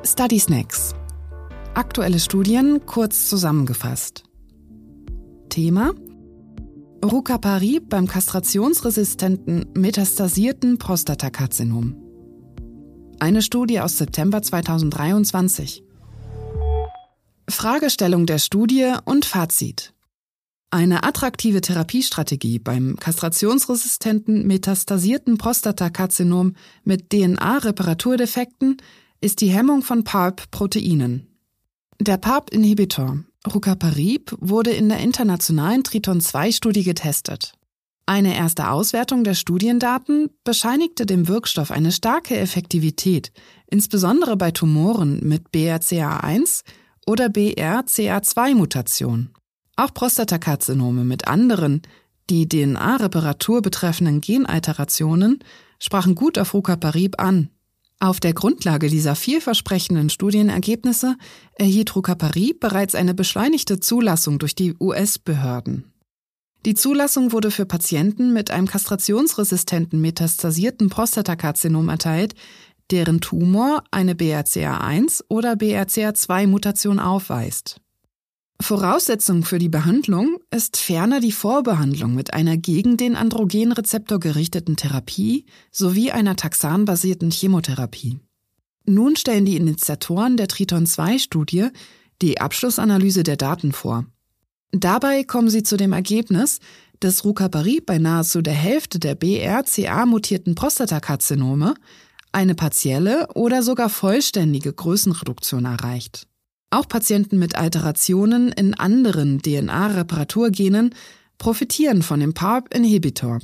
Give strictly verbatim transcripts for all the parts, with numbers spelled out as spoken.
Study Snacks. Aktuelle Studien kurz zusammengefasst. Thema: Rucaparib beim kastrationsresistenten metastasierten Prostatakarzinom. Eine Studie aus September zweitausenddreiundzwanzig. Fragestellung der Studie und Fazit. Eine attraktive Therapiestrategie beim kastrationsresistenten metastasierten Prostatakarzinom mit D N A-Reparaturdefekten ist die Hemmung von P A R P-Proteinen. Der P A R P-Inhibitor Rucaparib wurde in der internationalen Triton zwei Studie getestet. Eine erste Auswertung der Studiendaten bescheinigte dem Wirkstoff eine starke Effektivität, insbesondere bei Tumoren mit B R C A eins oder B R C A zwei Mutation. Auch Prostatakarzinome mit anderen, die D N A-Reparatur betreffenden Genalterationen sprachen gut auf Rucaparib an. Auf der Grundlage dieser vielversprechenden Studienergebnisse erhielt Rucaparib bereits eine beschleunigte Zulassung durch die U S-Behörden. Die Zulassung wurde für Patienten mit einem kastrationsresistenten metastasierten Prostatakarzinom erteilt, deren Tumor eine B R C A eins oder B R C A zwei Mutation aufweist. Voraussetzung für die Behandlung ist ferner die Vorbehandlung mit einer gegen den Androgenrezeptor gerichteten Therapie sowie einer taxanbasierten Chemotherapie. Nun stellen die Initiatoren der Triton zwei Studie die Abschlussanalyse der Daten vor. Dabei kommen sie zu dem Ergebnis, dass Rucaparib bei nahezu der Hälfte der B R C A-mutierten Prostatakarzinome eine partielle oder sogar vollständige Größenreduktion erreicht. Auch Patienten mit Alterationen in anderen D N A-Reparaturgenen profitieren von dem P A R P-Inhibitor.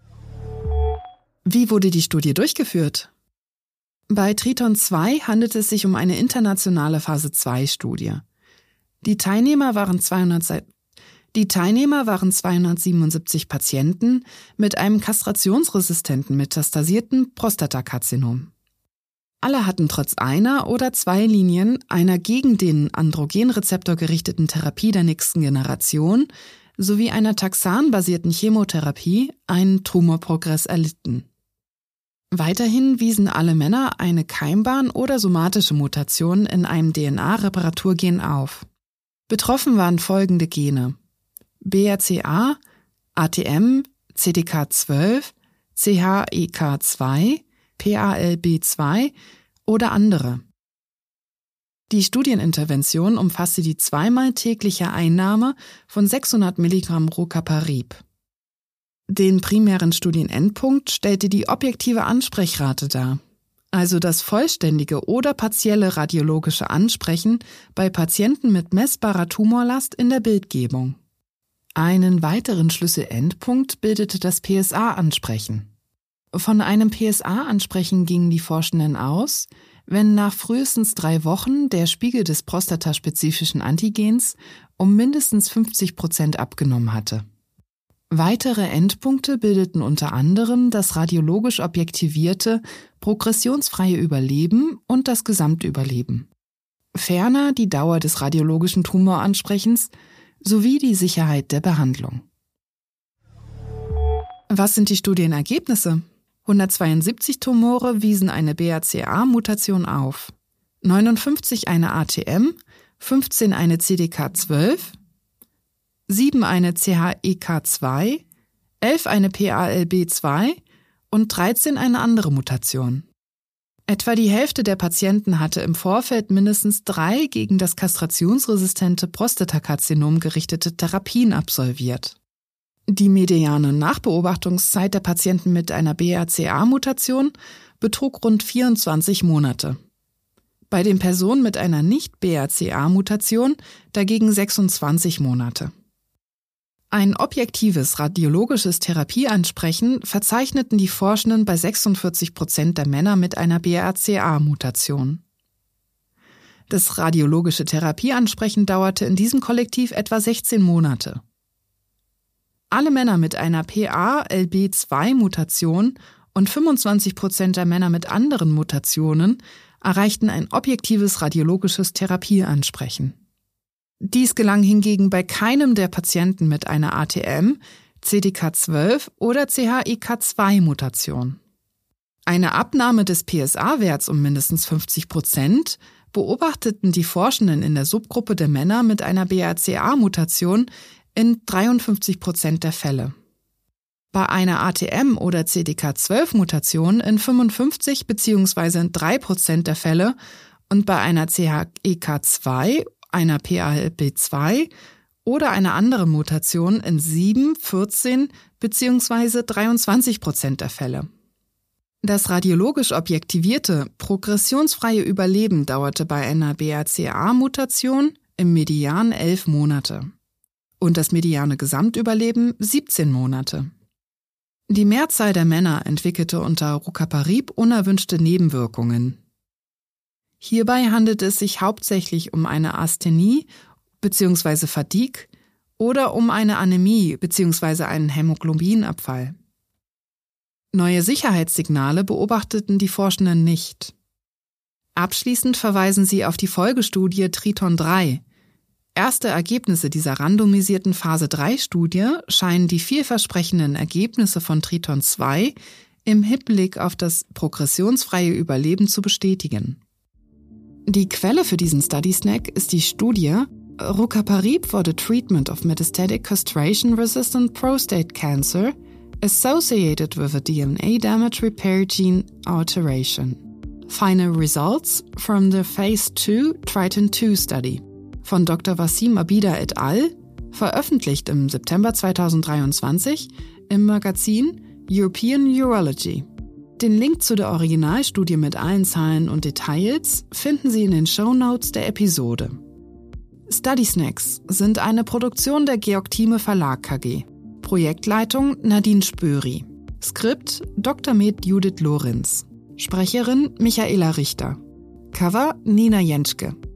Wie wurde die Studie durchgeführt? Bei Triton zwei handelt es sich um eine internationale Phase zwei Studie. Die Teilnehmer waren zweihundert Die Teilnehmer waren zweihundertsiebenundsiebzig Patienten mit einem kastrationsresistenten metastasierten Prostatakarzinom. Alle hatten trotz einer oder zwei Linien einer gegen den Androgenrezeptor gerichteten Therapie der nächsten Generation sowie einer taxan-basierten Chemotherapie einen Tumorprogress erlitten. Weiterhin wiesen alle Männer eine Keimbahn- oder somatische Mutation in einem D N A-Reparaturgen auf. Betroffen waren folgende Gene: B R C A, A T M, C D K zwölf, C H E K zwei, P A L B zwei oder andere. Die Studienintervention umfasste die zweimal tägliche Einnahme von sechshundert Milligramm Rucaparib. Den primären Studienendpunkt stellte die objektive Ansprechrate dar, also das vollständige oder partielle radiologische Ansprechen bei Patienten mit messbarer Tumorlast in der Bildgebung. Einen weiteren Schlüsselendpunkt bildete das P S A-Ansprechen. Von einem P S A-Ansprechen gingen die Forschenden aus, wenn nach frühestens drei Wochen der Spiegel des prostataspezifischen Antigens um mindestens fünfzig Prozent abgenommen hatte. Weitere Endpunkte bildeten unter anderem das radiologisch objektivierte, progressionsfreie Überleben und das Gesamtüberleben. Ferner die Dauer des radiologischen Tumoransprechens sowie die Sicherheit der Behandlung. Was sind die Studienergebnisse? hundertzweiundsiebzig Tumore wiesen eine B R C A-Mutation auf, neunundfünfzig eine A T M, fünfzehn eine C D K zwölf, sieben eine C H E K zwei, elf eine P A L B zwei und dreizehn eine andere Mutation. Etwa die Hälfte der Patienten hatte im Vorfeld mindestens drei gegen das kastrationsresistente Prostatakarzinom gerichtete Therapien absolviert. Die mediane Nachbeobachtungszeit der Patienten mit einer B R C A-Mutation betrug rund vierundzwanzig Monate. Bei den Personen mit einer Nicht-B R C A-Mutation dagegen sechsundzwanzig Monate. Ein objektives radiologisches Therapieansprechen verzeichneten die Forschenden bei sechsundvierzig Prozent der Männer mit einer B R C A-Mutation. Das radiologische Therapieansprechen dauerte in diesem Kollektiv etwa sechzehn Monate. Alle Männer mit einer P A L B zwei Mutation und fünfundzwanzig Prozent der Männer mit anderen Mutationen erreichten ein objektives radiologisches Therapieansprechen. Dies gelang hingegen bei keinem der Patienten mit einer A T M, C D K zwölf oder C H E K zwei Mutation. Eine Abnahme des P S A-Werts um mindestens fünfzig Prozent beobachteten die Forschenden in der Subgruppe der Männer mit einer B R C A-Mutation in dreiundfünfzig Prozent der Fälle. Bei einer A T M- oder C D K zwölf Mutation in fünfundfünfzig bzw. drei Prozent der Fälle und bei einer C H E K zwei, einer P A L B zwei oder einer anderen Mutation in sieben, vierzehn bzw. dreiundzwanzig Prozent der Fälle. Das radiologisch objektivierte, progressionsfreie Überleben dauerte bei einer B R C A-Mutation im Median elf Monate und das mediane Gesamtüberleben siebzehn Monate. Die Mehrzahl der Männer entwickelte unter Rucaparib unerwünschte Nebenwirkungen. Hierbei handelt es sich hauptsächlich um eine Asthenie bzw. Fatigue oder um eine Anämie bzw. einen Hämoglobinabfall. Neue Sicherheitssignale beobachteten die Forschenden nicht. Abschließend verweisen sie auf die Folgestudie Triton drei. Erste Ergebnisse dieser randomisierten Phase drei Studie scheinen die vielversprechenden Ergebnisse von Triton zwei im Hinblick auf das progressionsfreie Überleben zu bestätigen. Die Quelle für diesen Study Snack ist die Studie Rucaparib for the Treatment of Metastatic Castration-Resistant Prostate Cancer associated with a D N A damage repair gene alteration. Final results from the Phase two Triton two Study von Doktor Wassim Abida et al., veröffentlicht im September zweitausenddreiundzwanzig im Magazin European Urology. Den Link zu der Originalstudie mit allen Zahlen und Details finden Sie in den Shownotes der Episode. Study Snacks sind eine Produktion der Georg Thieme Verlag K G. Projektleitung Nadine Spöri. Skript Doktor med Judith Lorenz. Sprecherin Michaela Richter. Cover Nina Jentschke.